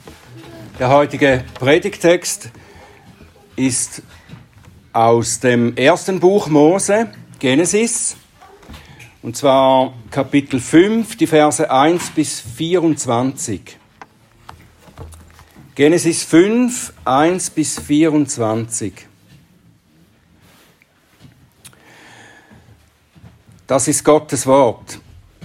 Der heutige Predigtext ist aus dem ersten Buch Mose, Genesis, und zwar Kapitel 5, die Verse 1 bis 24. Genesis 5, 1 bis 24. Das ist Gottes Wort.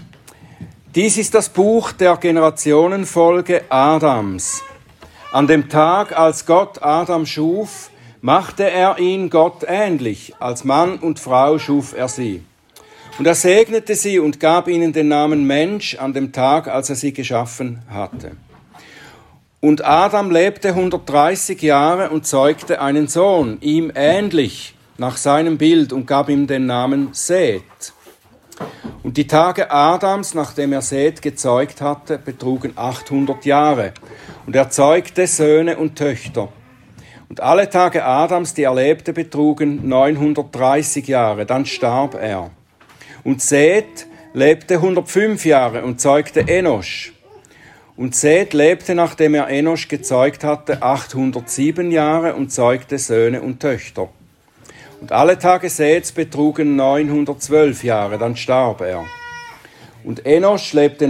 Dies ist das Buch der Generationenfolge Adams. An dem Tag, als Gott Adam schuf, machte er ihn Gott ähnlich. Als Mann und Frau schuf er sie. Und er segnete sie und gab ihnen den Namen Mensch an dem Tag, als er sie geschaffen hatte. Und Adam lebte 130 Jahre und zeugte einen Sohn, ihm ähnlich, nach seinem Bild, und gab ihm den Namen Seth. Und die Tage Adams, nachdem er Seth gezeugt hatte, betrugen 800 Jahre. Und er zeugte Söhne und Töchter. Und alle Tage Adams, die er lebte, betrugen 930 Jahre. Dann starb er. Und Seth lebte 105 Jahre und zeugte Enosch. Und Seth lebte, nachdem er Enosch gezeugt hatte, 807 Jahre und zeugte Söhne und Töchter. Und alle Tage Seths betrugen 912 Jahre, dann starb er. Und Enosch lebte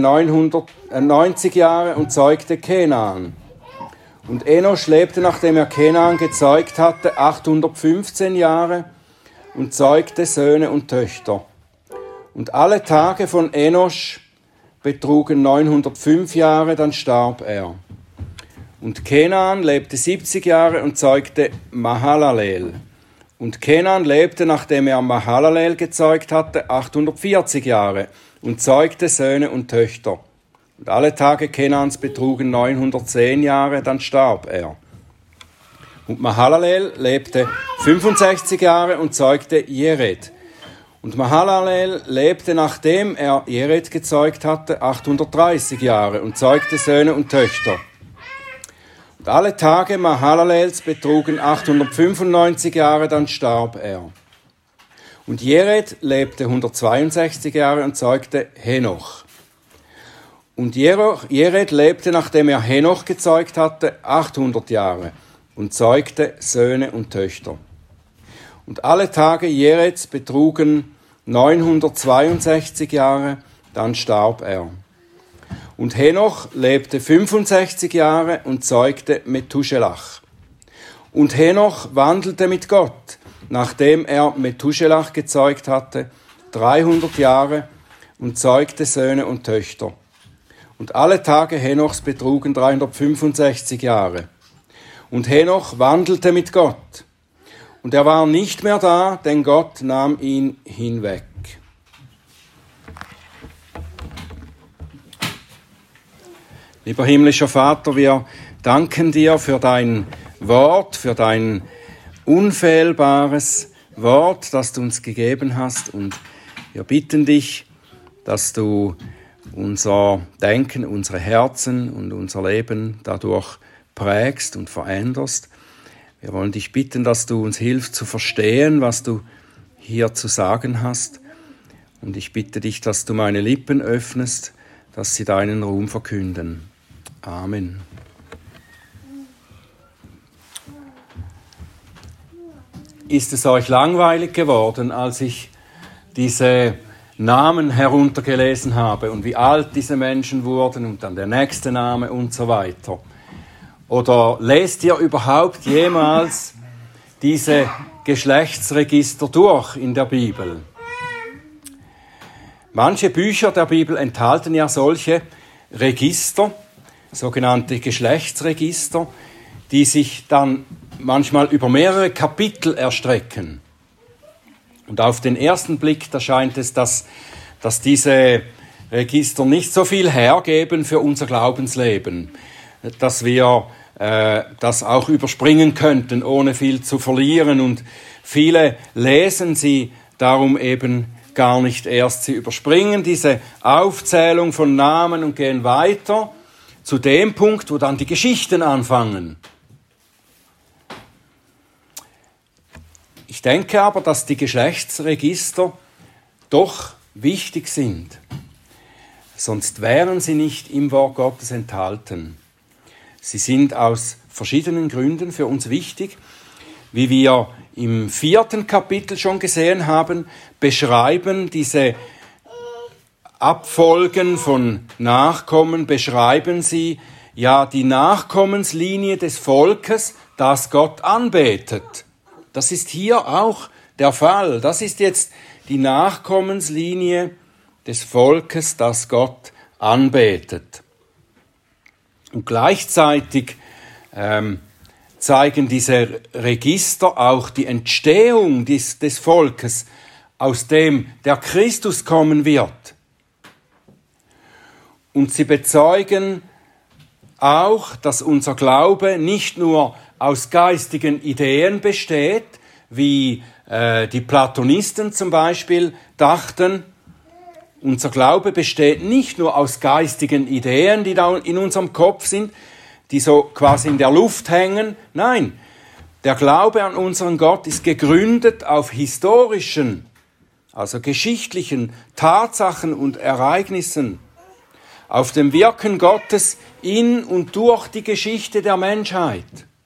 990 Jahre und zeugte Kenan. Und Enosch lebte, nachdem er Kenan gezeugt hatte, 815 Jahre und zeugte Söhne und Töchter. Und alle Tage von Enosch betrugen 905 Jahre, dann starb er. Und Kenan lebte 70 Jahre und zeugte Mahalalel. Und Kenan lebte, nachdem er Mahalalel gezeugt hatte, 840 Jahre und zeugte Söhne und Töchter. Und alle Tage Kenans betrugen 910 Jahre, dann starb er. Und Mahalalel lebte 65 Jahre und zeugte Jered. Und Mahalalel lebte, nachdem er Jered gezeugt hatte, 830 Jahre und zeugte Söhne und Töchter. Und alle Tage Mahalalels betrugen 895 Jahre, dann starb er. Und Jered lebte 162 Jahre und zeugte Henoch. Und Jered lebte, nachdem er Henoch gezeugt hatte, 800 Jahre und zeugte Söhne und Töchter. Und alle Tage Jereds betrugen 962 Jahre, dann starb er. Und Henoch lebte 65 Jahre und zeugte Methuselach. Und Henoch wandelte mit Gott, nachdem er Methuselach gezeugt hatte, 300 Jahre und zeugte Söhne und Töchter. Und alle Tage Henochs betrugen 365 Jahre. Und Henoch wandelte mit Gott. Und er war nicht mehr da, denn Gott nahm ihn hinweg. Lieber himmlischer Vater, wir danken dir für dein Wort, für dein unfehlbares Wort, das du uns gegeben hast. Und wir bitten dich, dass du unser Denken, unsere Herzen und unser Leben dadurch prägst und veränderst. Wir wollen dich bitten, dass du uns hilfst zu verstehen, was du hier zu sagen hast. Und ich bitte dich, dass du meine Lippen öffnest, dass sie deinen Ruhm verkünden. Amen. Ist es euch langweilig geworden, als ich diese Namen heruntergelesen habe und wie alt diese Menschen wurden und dann der nächste Name und so weiter? Oder lest ihr überhaupt jemals diese Geschlechtsregister durch in der Bibel? Manche Bücher der Bibel enthalten ja solche Register, sogenannte Geschlechtsregister, die sich dann manchmal über mehrere Kapitel erstrecken. Und auf den ersten Blick, da scheint es, dass diese Register nicht so viel hergeben für unser Glaubensleben, dass wir das auch überspringen könnten, ohne viel zu verlieren. Und viele lesen sie darum eben gar nicht erst. Sie überspringen diese Aufzählung von Namen und gehen weiter zu dem Punkt, wo dann die Geschichten anfangen. Ich denke aber, dass die Geschlechtsregister doch wichtig sind. Sonst wären sie nicht im Wort Gottes enthalten. Sie sind aus verschiedenen Gründen für uns wichtig. Wie wir im 4. Kapitel schon gesehen haben, beschreiben diese Abfolgen von Nachkommen, beschreiben sie ja die Nachkommenslinie des Volkes, das Gott anbetet. Das ist hier auch der Fall. Das ist jetzt die Nachkommenslinie des Volkes, das Gott anbetet. Und gleichzeitig zeigen diese Register auch die Entstehung des Volkes, aus dem der Christus kommen wird. Und sie bezeugen auch, dass unser Glaube nicht nur aus geistigen Ideen besteht, wie die Platonisten zum Beispiel dachten. Unser Glaube besteht nicht nur aus geistigen Ideen, die da in unserem Kopf sind, die so quasi in der Luft hängen. Nein, der Glaube an unseren Gott ist gegründet auf historischen, also geschichtlichen Tatsachen und Ereignissen, auf dem Wirken Gottes in und durch die Geschichte der Menschheit.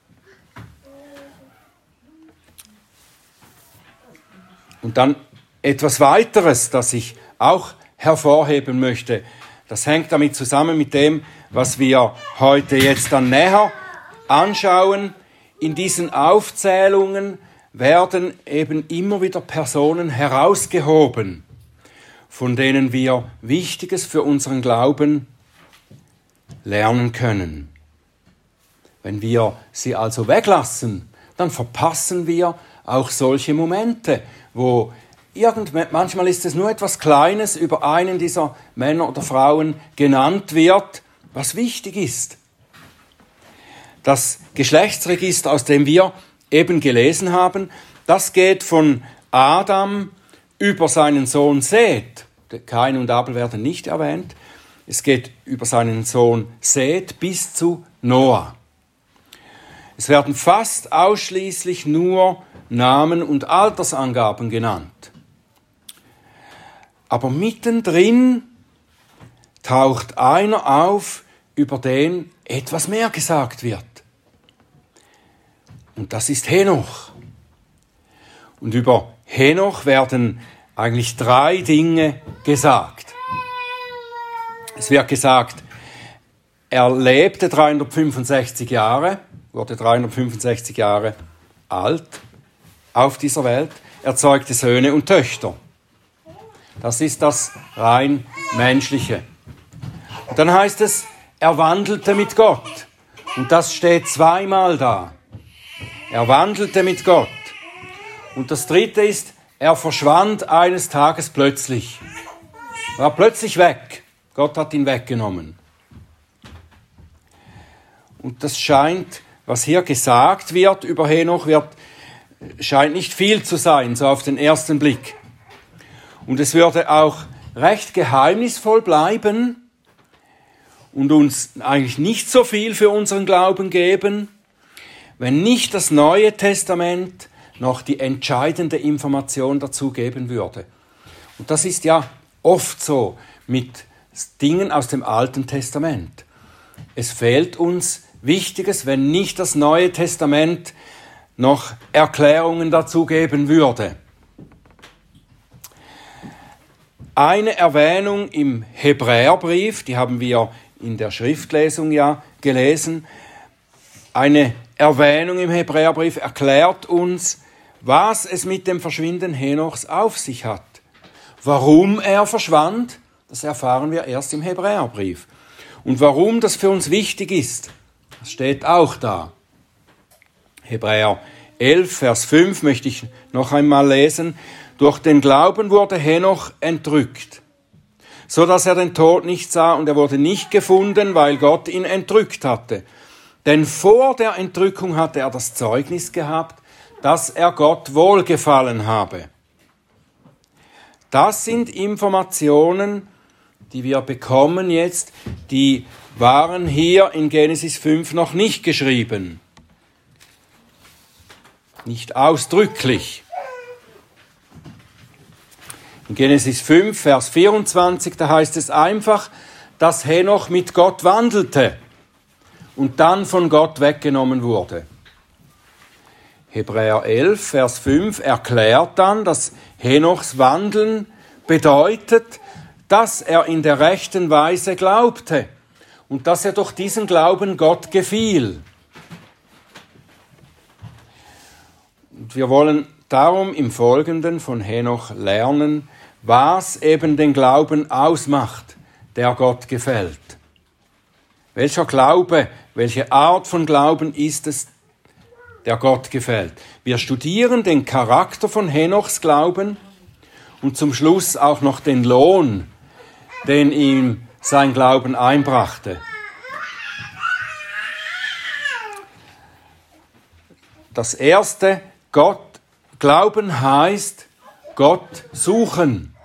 Und dann etwas weiteres, das ich auch hervorheben möchte. Das hängt damit zusammen mit dem, was wir heute jetzt dann näher anschauen. In diesen Aufzählungen werden eben immer wieder Personen herausgehoben, von denen wir Wichtiges für unseren Glauben lernen können. Wenn wir sie also weglassen, dann verpassen wir auch solche Momente, wo manchmal ist es nur etwas Kleines über einen dieser Männer oder Frauen genannt wird, was wichtig ist. Das Geschlechtsregister, aus dem wir eben gelesen haben, das geht von Adam über seinen Sohn Seth. Kain und Abel werden nicht erwähnt. Es geht über seinen Sohn Seth bis zu Noah. Es werden fast ausschließlich nur Namen und Altersangaben genannt. Aber mittendrin taucht einer auf, über den etwas mehr gesagt wird. Und das ist Henoch. Und über Henoch werden eigentlich 3 Dinge gesagt. Es wird gesagt, er lebte 365 Jahre, wurde 365 Jahre alt auf dieser Welt. Er zeugte Söhne und Töchter. Das ist das rein Menschliche. Und dann heißt es, er wandelte mit Gott. Und das steht 2-mal da. Er wandelte mit Gott. Und das 3. ist, er verschwand eines Tages plötzlich. War plötzlich weg. Gott hat ihn weggenommen. Und das scheint, was hier gesagt wird über Henoch, scheint nicht viel zu sein, so auf den ersten Blick. Und es würde auch recht geheimnisvoll bleiben und uns eigentlich nicht so viel für unseren Glauben geben, wenn nicht das Neue Testament noch die entscheidende Information dazu geben würde. Und das ist ja oft so mit Dingen aus dem Alten Testament. Es fehlt uns Wichtiges, wenn nicht das Neue Testament noch Erklärungen dazu geben würde. Eine Erwähnung im Hebräerbrief, die haben wir in der Schriftlesung ja gelesen, eine Erwähnung im Hebräerbrief erklärt uns, was es mit dem Verschwinden Henochs auf sich hat. Warum er verschwand, das erfahren wir erst im Hebräerbrief. Und warum das für uns wichtig ist, das steht auch da. Hebräer 11, Vers 5 möchte ich noch einmal lesen. Durch den Glauben wurde Henoch entrückt, so dass er den Tod nicht sah, und er wurde nicht gefunden, weil Gott ihn entrückt hatte. Denn vor der Entrückung hatte er das Zeugnis gehabt, dass er Gott wohlgefallen habe. Das sind Informationen, die wir bekommen jetzt, die waren hier in Genesis 5 noch nicht geschrieben. Nicht ausdrücklich. In Genesis 5, Vers 24, da heißt es einfach, dass Henoch mit Gott wandelte. und dann von Gott weggenommen wurde. Hebräer 11, Vers 5 erklärt dann, dass Henochs Wandeln bedeutet, dass er in der rechten Weise glaubte und dass er durch diesen Glauben Gott gefiel. Und wir wollen darum im Folgenden von Henoch lernen, was eben den Glauben ausmacht, der Gott gefällt. Welcher Glaube, welche Art von Glauben ist es, der Gott gefällt? Wir studieren den Charakter von Henochs Glauben und zum Schluss auch noch den Lohn, den ihm sein Glauben einbrachte. Das erste, Glauben heißt Gott suchen.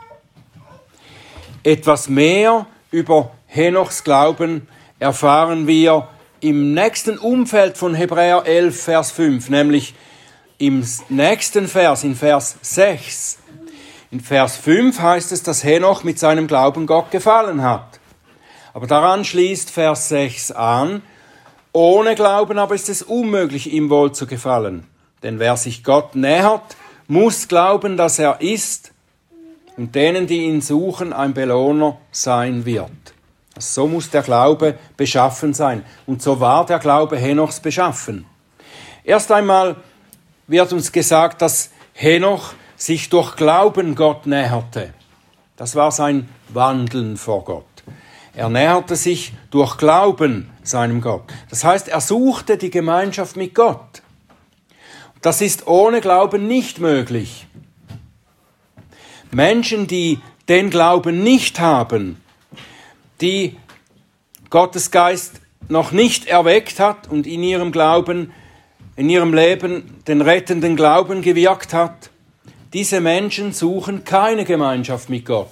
Etwas mehr über Henochs Glauben erfahren wir im nächsten Umfeld von Hebräer 11, Vers 5, nämlich im nächsten Vers, in Vers 6. In Vers 5 heißt es, dass Henoch mit seinem Glauben Gott gefallen hat. Aber daran schließt Vers 6 an, ohne Glauben aber ist es unmöglich, ihm wohl zu gefallen. Denn wer sich Gott nähert, muss glauben, dass er ist und denen, die ihn suchen, ein Belohner sein wird. So muss der Glaube beschaffen sein. Und so war der Glaube Henochs beschaffen. Erst einmal wird uns gesagt, dass Henoch sich durch Glauben Gott näherte. Das war sein Wandeln vor Gott. Er näherte sich durch Glauben seinem Gott. Das heißt, er suchte die Gemeinschaft mit Gott. Das ist ohne Glauben nicht möglich. Menschen, die den Glauben nicht haben, die Gottes Geist noch nicht erweckt hat und in ihrem Glauben, in ihrem Leben den rettenden Glauben gewirkt hat, diese Menschen suchen keine Gemeinschaft mit Gott.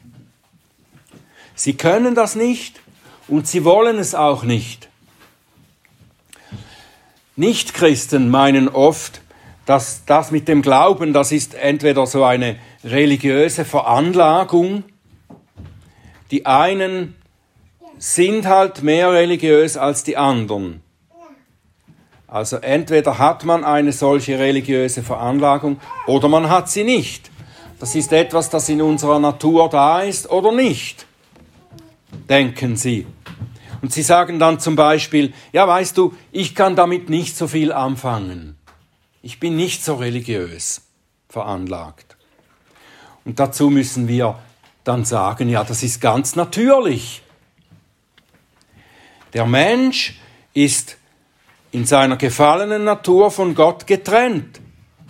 Sie können das nicht und sie wollen es auch nicht. Nichtchristen meinen oft, dass das mit dem Glauben, das ist entweder so eine religiöse Veranlagung. Die einen sind halt mehr religiös als die anderen. Also entweder hat man eine solche religiöse Veranlagung oder man hat sie nicht. Das ist etwas, das in unserer Natur da ist oder nicht, denken sie. Und sie sagen dann zum Beispiel, ja weißt du, ich kann damit nicht so viel anfangen. Ich bin nicht so religiös veranlagt. Und dazu müssen wir dann sagen, ja, das ist ganz natürlich. Der Mensch ist in seiner gefallenen Natur von Gott getrennt.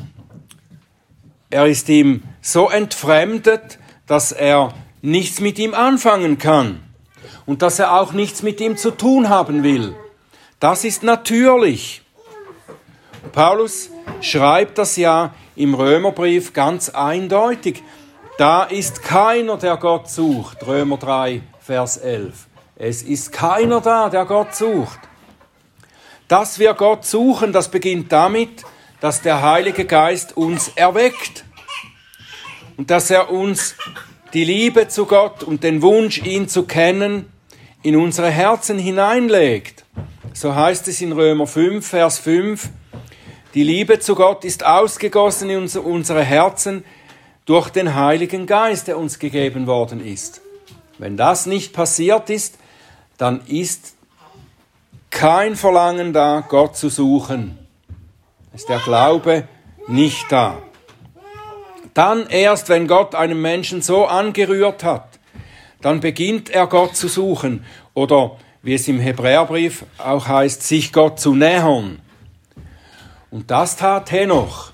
Er ist ihm so entfremdet, dass er nichts mit ihm anfangen kann und dass er auch nichts mit ihm zu tun haben will. Das ist natürlich. Paulus schreibt das ja im Römerbrief ganz eindeutig. Da ist keiner, der Gott sucht. Römer 3, Vers 11. Es ist keiner da, der Gott sucht. Dass wir Gott suchen, das beginnt damit, dass der Heilige Geist uns erweckt und dass er uns die Liebe zu Gott und den Wunsch, ihn zu kennen, in unsere Herzen hineinlegt. So heißt es in Römer 5, Vers 5, die Liebe zu Gott ist ausgegossen in unsere Herzen durch den Heiligen Geist, der uns gegeben worden ist. Wenn das nicht passiert ist, dann ist kein Verlangen da, Gott zu suchen. Ist der Glaube nicht da. Dann erst, wenn Gott einen Menschen so angerührt hat, dann beginnt er Gott zu suchen. Oder wie es im Hebräerbrief auch heißt, sich Gott zu nähern. Und das tat Henoch.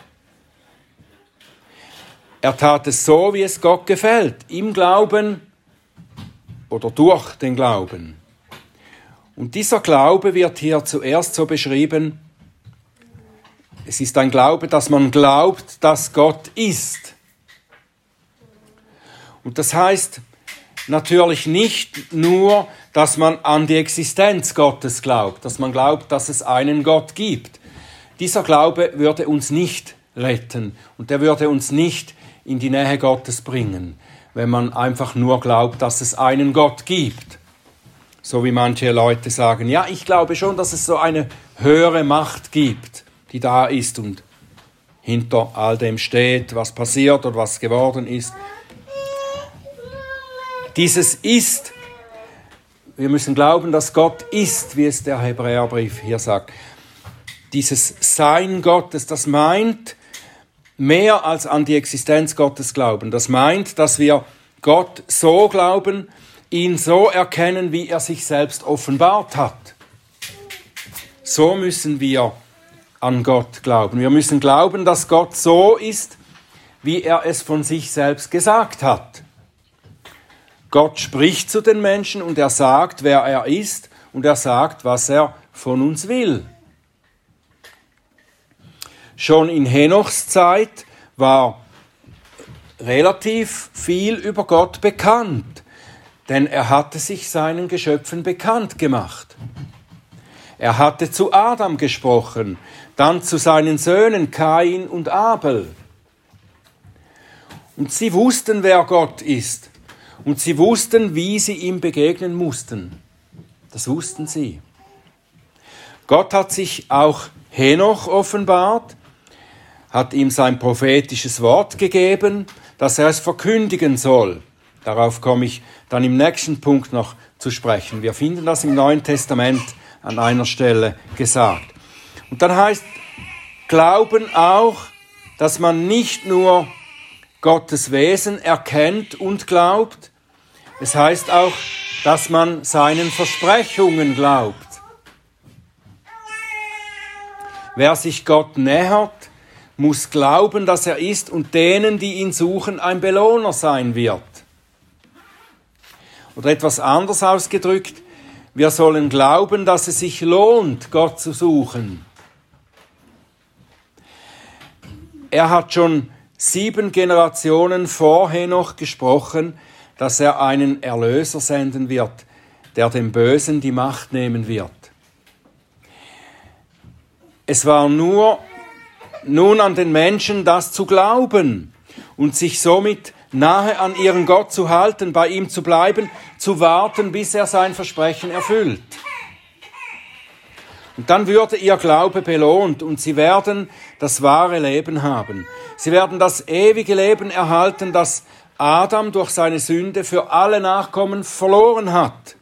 Er tat es so, wie es Gott gefällt, im Glauben oder durch den Glauben. Und dieser Glaube wird hier zuerst so beschrieben, es ist ein Glaube, dass man glaubt, dass Gott ist. Und das heißt natürlich nicht nur, dass man an die Existenz Gottes glaubt, dass man glaubt, dass es einen Gott gibt. Dieser Glaube würde uns nicht retten und der würde uns nicht in die Nähe Gottes bringen, wenn man einfach nur glaubt, dass es einen Gott gibt. So wie manche Leute sagen, ja, ich glaube schon, dass es so eine höhere Macht gibt, die da ist und hinter all dem steht, was passiert oder was geworden ist. Dieses Ist, wir müssen glauben, dass Gott ist, wie es der Hebräerbrief hier sagt. Dieses Sein Gottes, das meint mehr als an die Existenz Gottes glauben. Das meint, dass wir Gott so glauben, ihn so erkennen, wie er sich selbst offenbart hat. So müssen wir an Gott glauben. Wir müssen glauben, dass Gott so ist, wie er es von sich selbst gesagt hat. Gott spricht zu den Menschen und er sagt, wer er ist und er sagt, was er von uns will. Schon in Henochs Zeit war relativ viel über Gott bekannt, denn er hatte sich seinen Geschöpfen bekannt gemacht. Er hatte zu Adam gesprochen, dann zu seinen Söhnen Kain und Abel. Und sie wussten, wer Gott ist. Und sie wussten, wie sie ihm begegnen mussten. Das wussten sie. Gott hat sich auch Henoch offenbart, hat ihm sein prophetisches Wort gegeben, dass er es verkündigen soll. Darauf komme ich dann im nächsten Punkt noch zu sprechen. Wir finden das im Neuen Testament an einer Stelle gesagt. Und dann heißt Glauben auch, dass man nicht nur Gottes Wesen erkennt und glaubt, es heißt auch, dass man seinen Versprechungen glaubt. Wer sich Gott nähert, muss glauben, dass er ist und denen, die ihn suchen, ein Belohner sein wird. Oder etwas anders ausgedrückt, wir sollen glauben, dass es sich lohnt, Gott zu suchen. Er hat schon 7 Generationen vor Henoch gesprochen, dass er einen Erlöser senden wird, der dem Bösen die Macht nehmen wird. Es war nur nun an den Menschen, das zu glauben und sich somit nahe an ihren Gott zu halten, bei ihm zu bleiben, zu warten, bis er sein Versprechen erfüllt. Und dann würde ihr Glaube belohnt und sie werden das wahre Leben haben. Sie werden das ewige Leben erhalten, das Adam durch seine Sünde für alle Nachkommen verloren hat.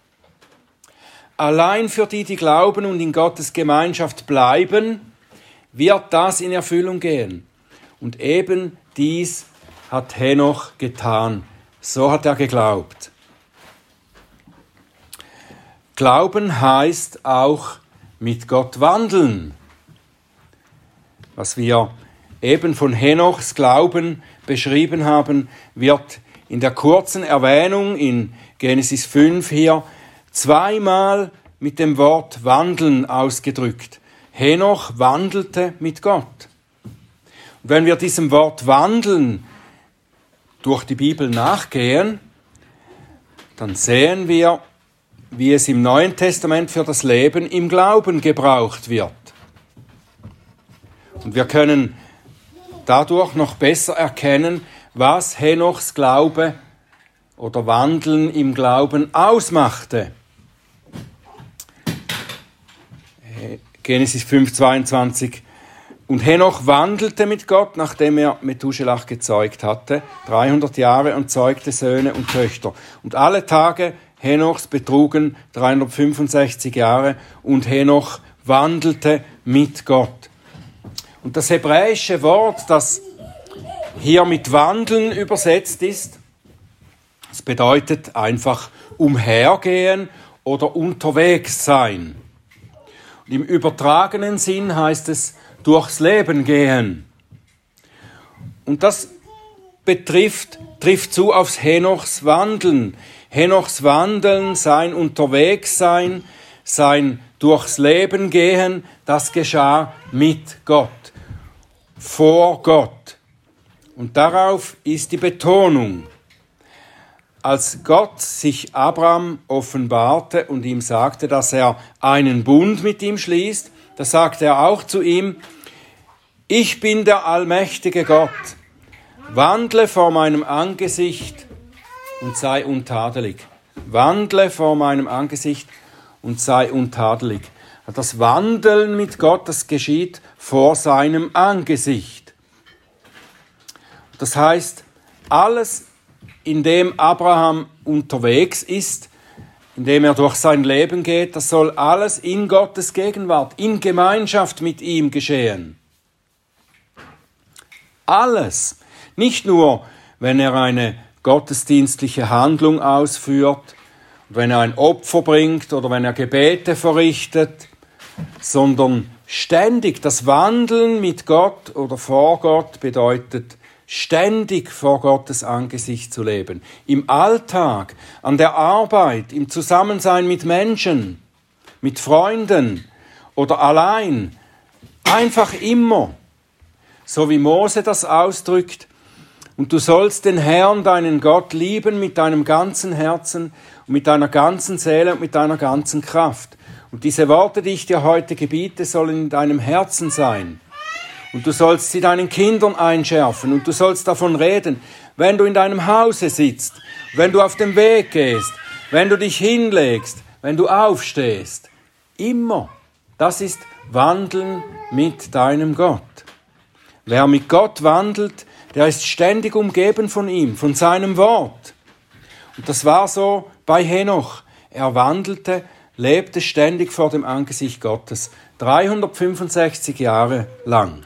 Allein für die, die glauben und in Gottes Gemeinschaft bleiben, wird das in Erfüllung gehen. Und eben dies hat Henoch getan. So hat er geglaubt. Glauben heißt auch mit Gott wandeln. Was wir eben von Henochs Glauben beschrieben haben, wird in der kurzen Erwähnung in Genesis 5 hier zweimal mit dem Wort wandeln ausgedrückt. Henoch wandelte mit Gott. Und wenn wir diesem Wort wandeln durch die Bibel nachgehen, dann sehen wir, wie es im Neuen Testament für das Leben im Glauben gebraucht wird. Und wir können dadurch noch besser erkennen, was Henochs Glaube oder Wandeln im Glauben ausmachte. Genesis 5,22. Und Henoch wandelte mit Gott, nachdem er Methuselah gezeugt hatte, 300 Jahre und zeugte Söhne und Töchter. Und alle Tage Henochs betrugen 365 Jahre und Henoch wandelte mit Gott. Und das hebräische Wort, das hier mit wandeln übersetzt ist, es bedeutet einfach umhergehen oder unterwegs sein. Und im übertragenen Sinn heißt es durchs Leben gehen. Und das trifft zu aufs Henochs Wandeln. Henochs Wandeln, sein Unterwegssein, sein durchs Leben gehen, das geschah mit Gott, vor Gott. Und darauf ist die Betonung. Als Gott sich Abraham offenbarte und ihm sagte, dass er einen Bund mit ihm schließt, da sagte er auch zu ihm, ich bin der allmächtige Gott, wandle vor meinem Angesicht und sei untadelig. Wandle vor meinem Angesicht und sei untadelig. Das Wandeln mit Gott, das geschieht vor seinem Angesicht. Das heißt, alles, in dem Abraham unterwegs ist, in dem er durch sein Leben geht, das soll alles in Gottes Gegenwart, in Gemeinschaft mit ihm geschehen. Alles. Nicht nur, wenn er eine gottesdienstliche Handlung ausführt, wenn er ein Opfer bringt oder wenn er Gebete verrichtet, sondern ständig. Das Wandeln mit Gott oder vor Gott bedeutet, ständig vor Gottes Angesicht zu leben. Im Alltag, an der Arbeit, im Zusammensein mit Menschen, mit Freunden oder allein. Einfach immer. So wie Mose das ausdrückt. Und du sollst den Herrn, deinen Gott, lieben mit deinem ganzen Herzen und mit deiner ganzen Seele und mit deiner ganzen Kraft. Und diese Worte, die ich dir heute gebiete, sollen in deinem Herzen sein. Und du sollst sie deinen Kindern einschärfen und du sollst davon reden, wenn du in deinem Hause sitzt, wenn du auf dem Weg gehst, wenn du dich hinlegst, wenn du aufstehst. Immer. Das ist Wandeln mit deinem Gott. Wer mit Gott wandelt, der ist ständig umgeben von ihm, von seinem Wort. Und das war so bei Henoch. Er wandelte, lebte ständig vor dem Angesicht Gottes, 365 Jahre lang.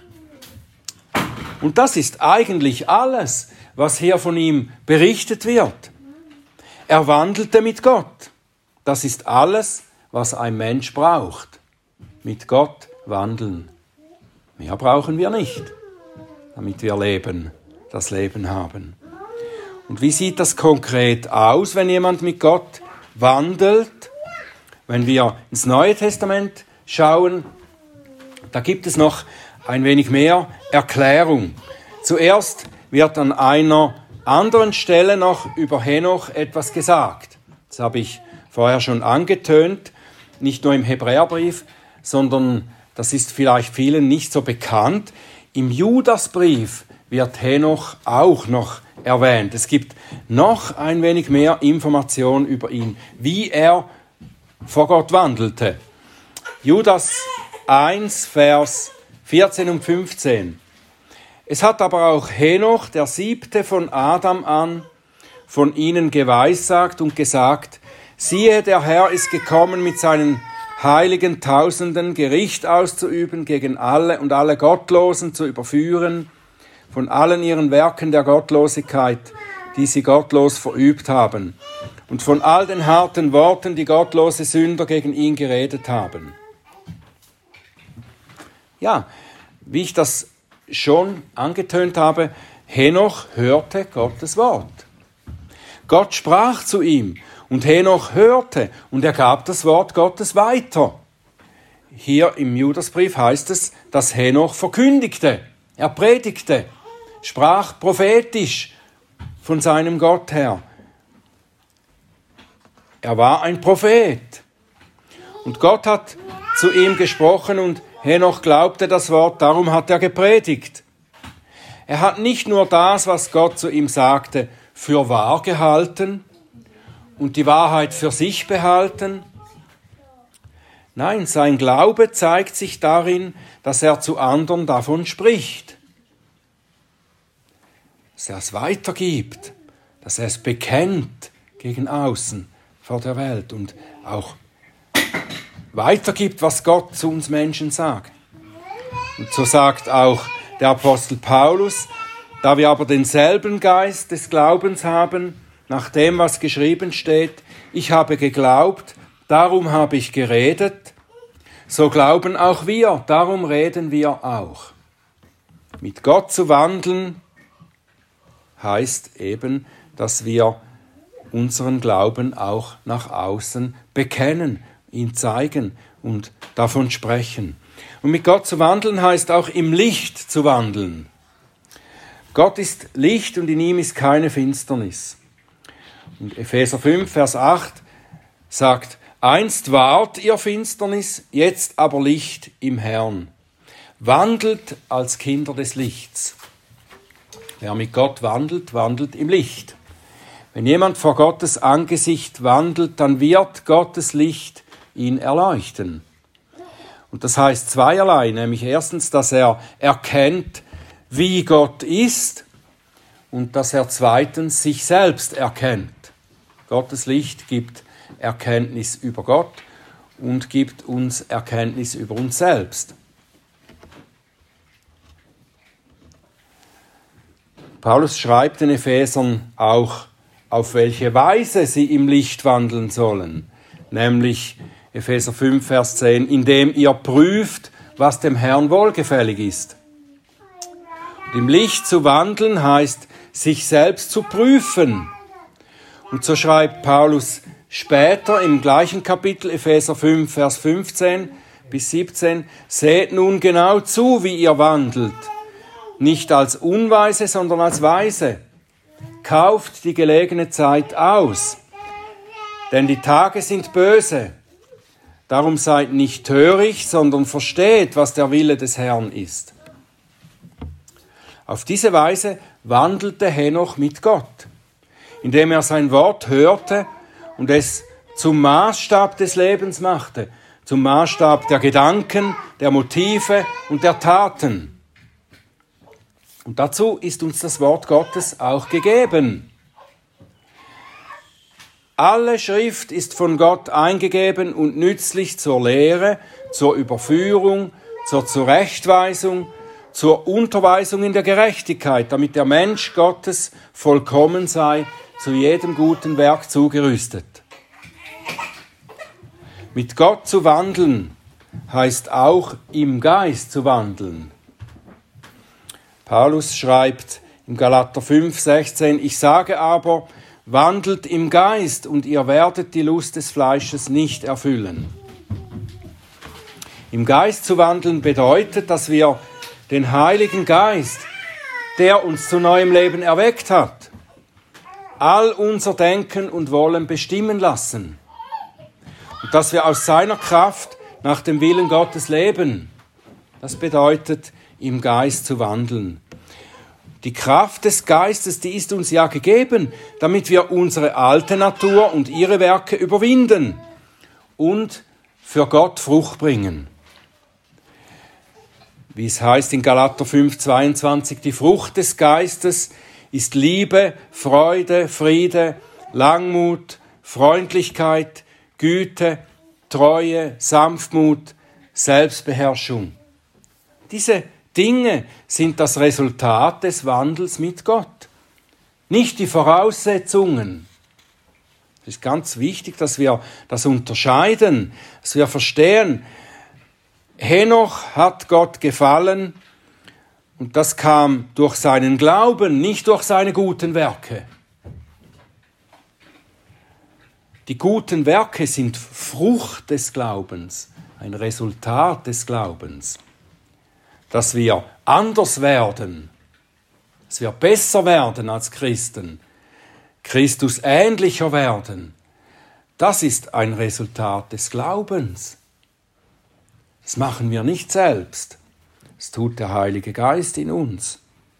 Und das ist eigentlich alles, was hier von ihm berichtet wird. Er wandelte mit Gott. Das ist alles, was ein Mensch braucht. Mit Gott wandeln. Mehr brauchen wir nicht, damit wir das Leben haben. Und wie sieht das konkret aus, wenn jemand mit Gott wandelt? Wenn wir ins Neue Testament schauen, da gibt es noch ein wenig mehr Erklärung. Zuerst wird an einer anderen Stelle noch über Henoch etwas gesagt. Das habe ich vorher schon angetönt, nicht nur im Hebräerbrief, sondern das ist vielleicht vielen nicht so bekannt. Im Judasbrief wird Henoch auch noch erwähnt. Es gibt noch ein wenig mehr Information über ihn, wie er vor Gott wandelte. Judas 1, Vers 14 und 15. Es hat aber auch Henoch, der 7. von Adam an, von ihnen geweissagt und gesagt, siehe, der Herr ist gekommen mit seinen heiligen Tausenden, Gericht auszuüben gegen alle und alle Gottlosen zu überführen, von allen ihren Werken der Gottlosigkeit, die sie gottlos verübt haben, und von all den harten Worten, die gottlose Sünder gegen ihn geredet haben. Ja, wie ich das schon angetönt habe, Henoch hörte Gottes Wort. Gott sprach zu ihm und Henoch hörte und er gab das Wort Gottes weiter. Hier im Judasbrief heißt es, dass Henoch verkündigte, er predigte, sprach prophetisch von seinem Gott her. Er war ein Prophet und Gott hat zu ihm gesprochen und Henoch glaubte das Wort, darum hat er gepredigt. Er hat nicht nur das, was Gott zu ihm sagte, für wahr gehalten und die Wahrheit für sich behalten. Nein, sein Glaube zeigt sich darin, dass er zu anderen davon spricht. Dass er es weitergibt, dass er es bekennt gegen außen vor der Welt und auch weitergibt, was Gott zu uns Menschen sagt. Und so sagt auch der Apostel Paulus, da wir aber denselben Geist des Glaubens haben, nach dem, was geschrieben steht, ich habe geglaubt, darum habe ich geredet, so glauben auch wir, darum reden wir auch. Mit Gott zu wandeln heißt eben, dass wir unseren Glauben auch nach außen bekennen, ihn zeigen und davon sprechen. Und mit Gott zu wandeln heißt auch im Licht zu wandeln. Gott ist Licht und in ihm ist keine Finsternis. Und Epheser 5, Vers 8 sagt, einst wart ihr Finsternis, jetzt aber Licht im Herrn. Wandelt als Kinder des Lichts. Wer mit Gott wandelt, wandelt im Licht. Wenn jemand vor Gottes Angesicht wandelt, dann wird Gottes Licht ihn erleuchten. Und das heißt zweierlei, nämlich erstens, dass er erkennt, wie Gott ist und dass er zweitens sich selbst erkennt. Gottes Licht gibt Erkenntnis über Gott und gibt uns Erkenntnis über uns selbst. Paulus schreibt den Ephesern auch, auf welche Weise sie im Licht wandeln sollen, nämlich Epheser 5, Vers 10, indem ihr prüft, was dem Herrn wohlgefällig ist. Und im Licht zu wandeln heißt, sich selbst zu prüfen. Und so schreibt Paulus später im gleichen Kapitel, Epheser 5, Vers 15 bis 17, seht nun genau zu, wie ihr wandelt, nicht als Unweise, sondern als Weise. Kauft die gelegene Zeit aus, denn die Tage sind böse. Darum seid nicht töricht, sondern versteht, was der Wille des Herrn ist. Auf diese Weise wandelte Henoch mit Gott, indem er sein Wort hörte und es zum Maßstab des Lebens machte, zum Maßstab der Gedanken, der Motive und der Taten. Und dazu ist uns das Wort Gottes auch gegeben. Alle Schrift ist von Gott eingegeben und nützlich zur Lehre, zur Überführung, zur Zurechtweisung, zur Unterweisung in der Gerechtigkeit, damit der Mensch Gottes vollkommen sei, zu jedem guten Werk zugerüstet. Mit Gott zu wandeln heißt auch im Geist zu wandeln. Paulus schreibt im Galater 5, 16, ich sage aber, wandelt im Geist und ihr werdet die Lust des Fleisches nicht erfüllen. Im Geist zu wandeln bedeutet, dass wir den Heiligen Geist, der uns zu neuem Leben erweckt hat, all unser Denken und Wollen bestimmen lassen. Und dass wir aus seiner Kraft nach dem Willen Gottes leben. Das bedeutet, im Geist zu wandeln. Die Kraft des Geistes, die ist uns ja gegeben, damit wir unsere alte Natur und ihre Werke überwinden und für Gott Frucht bringen. Wie es heißt in Galater 5, 22, die Frucht des Geistes ist Liebe, Freude, Friede, Langmut, Freundlichkeit, Güte, Treue, Sanftmut, Selbstbeherrschung. Diese Dinge sind das Resultat des Wandels mit Gott, nicht die Voraussetzungen. Es ist ganz wichtig, dass wir das unterscheiden, dass wir verstehen, Henoch hat Gott gefallen und das kam durch seinen Glauben, nicht durch seine guten Werke. Die guten Werke sind Frucht des Glaubens, ein Resultat des Glaubens. Dass wir anders werden, dass wir besser werden als Christen, Christus ähnlicher werden, das ist ein Resultat des Glaubens. Das machen wir nicht selbst, das tut der Heilige Geist in uns.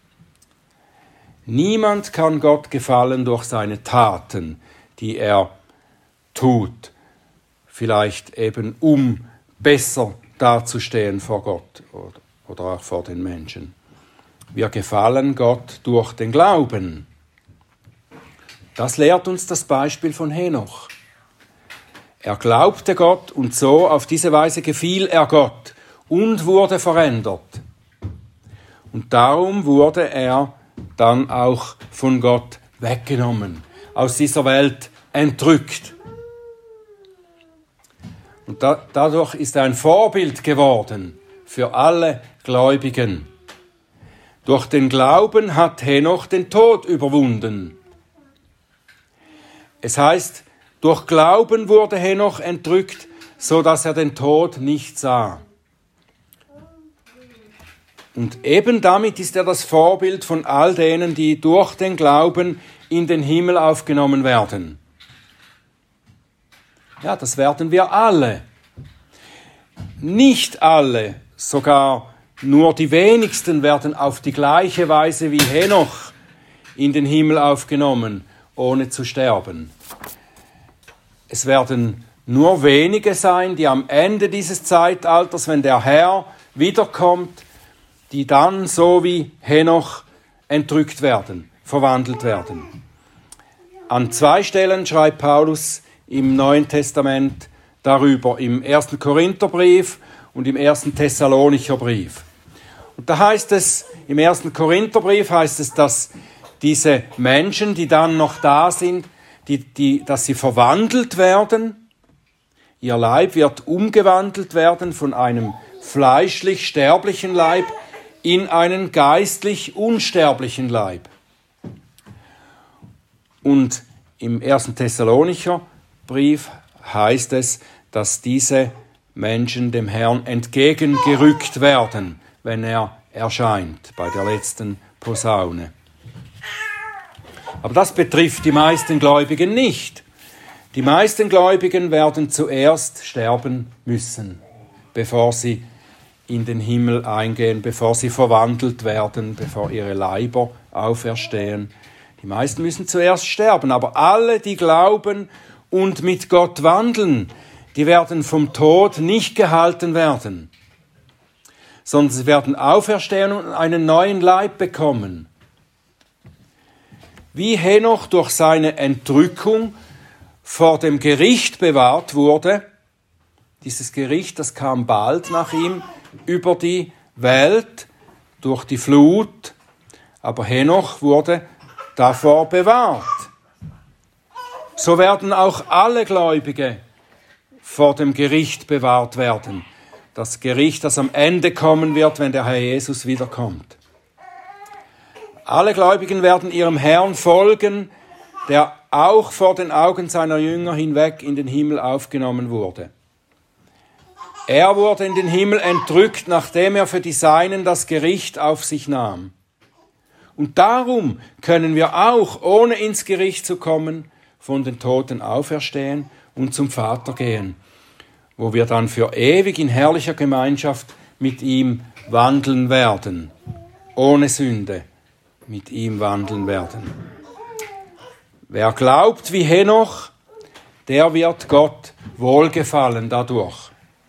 Niemand kann Gott gefallen durch seine Taten, die er tut, vielleicht eben um besser dazustehen vor Gott oder auch vor den Menschen. Wir gefallen Gott durch den Glauben. Das lehrt uns das Beispiel von Henoch. Er glaubte Gott und so auf diese Weise gefiel er Gott und wurde verändert. Und darum wurde er dann auch von Gott weggenommen, aus dieser Welt entrückt. Und dadurch ist er ein Vorbild geworden für alle Gläubigen. Durch den Glauben hat Henoch den Tod überwunden. Es heißt, durch Glauben wurde Henoch entrückt, so dass er den Tod nicht sah. Und eben damit ist er das Vorbild von all denen, die durch den Glauben in den Himmel aufgenommen werden. Ja, das werden wir alle. Nicht alle, sogar nur die wenigsten werden auf die gleiche Weise wie Henoch in den Himmel aufgenommen ohne zu sterben. Es werden nur wenige sein, die am Ende dieses Zeitalters, wenn der Herr wiederkommt, die dann so wie Henoch entrückt werden, verwandelt werden. An 2 Stellen schreibt Paulus im Neuen Testament darüber, im 1. Korintherbrief und im 1. Thessalonicher Brief. Und da heißt es, im 1. Korintherbrief heißt es, dass diese Menschen, die dann noch da sind, dass sie verwandelt werden. Ihr Leib wird umgewandelt werden von einem fleischlich sterblichen Leib in einen geistlich unsterblichen Leib. Und im 1. Thessalonicher Brief heißt es, dass diese Menschen dem Herrn entgegengerückt werden, wenn er erscheint bei der letzten Posaune. Aber das betrifft die meisten Gläubigen nicht. Die meisten Gläubigen werden zuerst sterben müssen, bevor sie in den Himmel eingehen, bevor sie verwandelt werden, bevor ihre Leiber auferstehen. Die meisten müssen zuerst sterben, aber alle, die glauben und mit Gott wandeln, die werden vom Tod nicht gehalten werden, sondern sie werden auferstehen und einen neuen Leib bekommen. Wie Henoch durch seine Entrückung vor dem Gericht bewahrt wurde, dieses Gericht, das kam bald nach ihm über die Welt durch die Flut, aber Henoch wurde davor bewahrt. So werden auch alle Gläubige vor dem Gericht bewahrt werden. Das Gericht, das am Ende kommen wird, wenn der Herr Jesus wiederkommt. Alle Gläubigen werden ihrem Herrn folgen, der auch vor den Augen seiner Jünger hinweg in den Himmel aufgenommen wurde. Er wurde in den Himmel entrückt, nachdem er für die Seinen das Gericht auf sich nahm. Und darum können wir auch, ohne ins Gericht zu kommen, von den Toten auferstehen und zum Vater gehen, wo wir dann für ewig in herrlicher Gemeinschaft mit ihm wandeln werden, ohne Sünde mit ihm wandeln werden. Wer glaubt wie Henoch, der wird Gott wohlgefallen dadurch.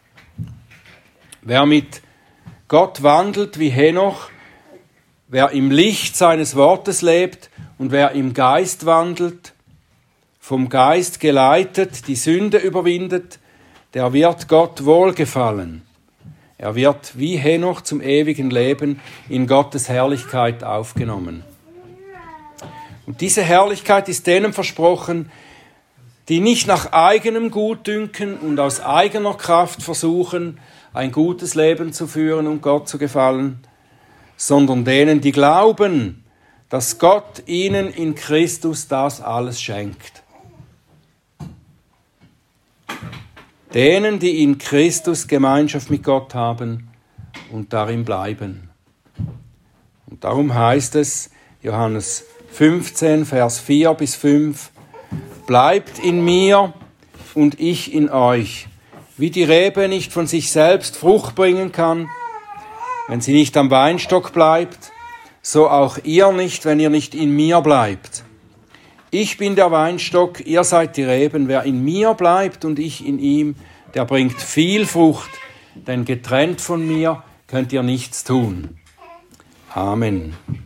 Wer mit Gott wandelt wie Henoch, wer im Licht seines Wortes lebt und wer im Geist wandelt, vom Geist geleitet, die Sünde überwindet, der wird Gott wohlgefallen. Er wird wie Henoch zum ewigen Leben in Gottes Herrlichkeit aufgenommen. Und diese Herrlichkeit ist denen versprochen, die nicht nach eigenem Gutdünken und aus eigener Kraft versuchen, ein gutes Leben zu führen und Gott zu gefallen, sondern denen, die glauben, dass Gott ihnen in Christus das alles schenkt. Denen, die in Christus Gemeinschaft mit Gott haben und darin bleiben. Und darum heißt es, Johannes 15, Vers 4 bis 5, bleibt in mir und ich in euch, wie die Rebe nicht von sich selbst Frucht bringen kann, wenn sie nicht am Weinstock bleibt, so auch ihr nicht, wenn ihr nicht in mir bleibt. Ich bin der Weinstock, ihr seid die Reben. Wer in mir bleibt und ich in ihm, der bringt viel Frucht, denn getrennt von mir könnt ihr nichts tun. Amen.